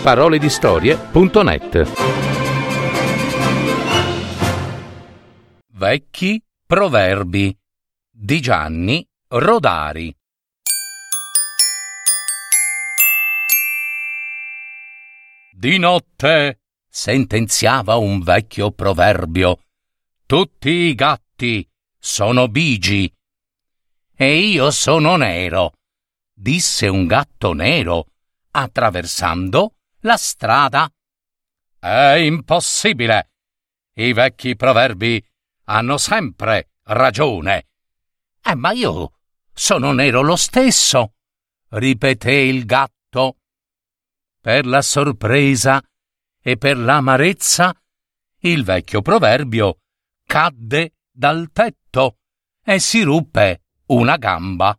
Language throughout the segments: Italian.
www.paroledistorie.net. Vecchi proverbi di Gianni Rodari. Di notte, sentenziava un vecchio proverbio, tutti i gatti sono bigi. E io sono nero, disse un gatto nero, attraversando la strada. È impossibile! I vecchi proverbi hanno sempre ragione. Ma io sono nero lo stesso, ripeté il gatto. Per la sorpresa e per l'amarezza, il vecchio proverbio cadde dal tetto e si ruppe una gamba.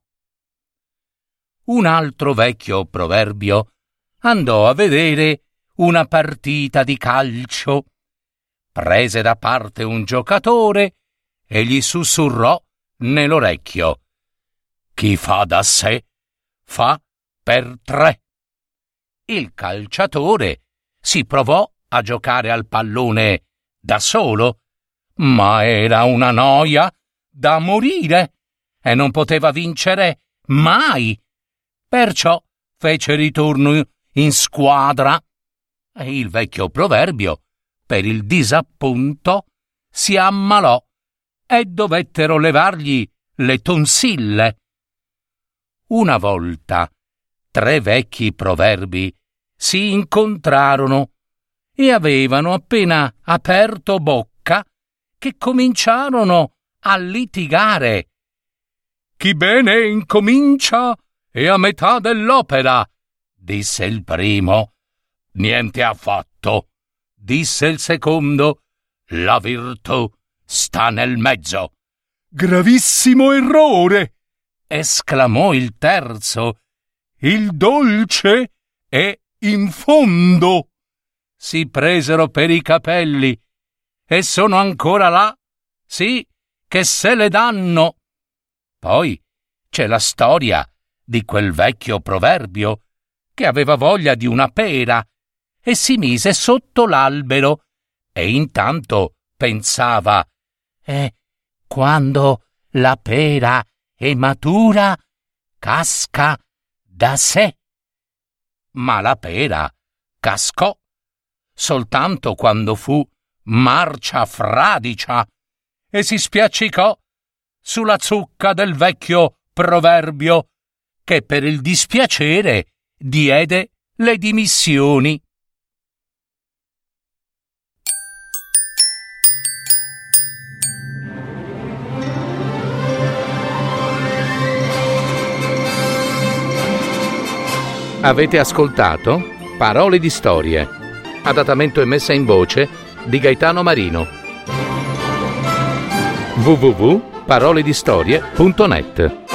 Un altro vecchio proverbio andò a vedere una partita di calcio. Prese da parte un giocatore e gli sussurrò nell'orecchio: chi fa da sé fa per tre. Il calciatore si provò a giocare al pallone da solo, ma era una noia da morire e non poteva vincere mai. Perciò fece ritorno in squadra e il vecchio proverbio, per il disappunto, si ammalò e dovettero levargli le tonsille. Una volta 3 vecchi proverbi si incontrarono e avevano appena aperto bocca che cominciarono a litigare. Chi bene incomincia è a metà dell'opera, disse il primo. Niente affatto, disse il secondo. La virtù sta nel mezzo. Gravissimo errore, esclamò il terzo. Il dolce è in fondo. Si presero per i capelli e sono ancora là, sì, che se le danno. Poi c'è la storia di quel vecchio proverbio che aveva voglia di una pera e si mise sotto l'albero e intanto pensava: quando la pera è matura, casca da sé. Ma la pera cascò soltanto quando fu marcia fradicia e si spiaccicò sulla zucca del vecchio proverbio, che per il dispiacere diede le dimissioni. Avete ascoltato Parole di Storie, adattamento e messa in voce di Gaetano Marino. www.paroledistorie.net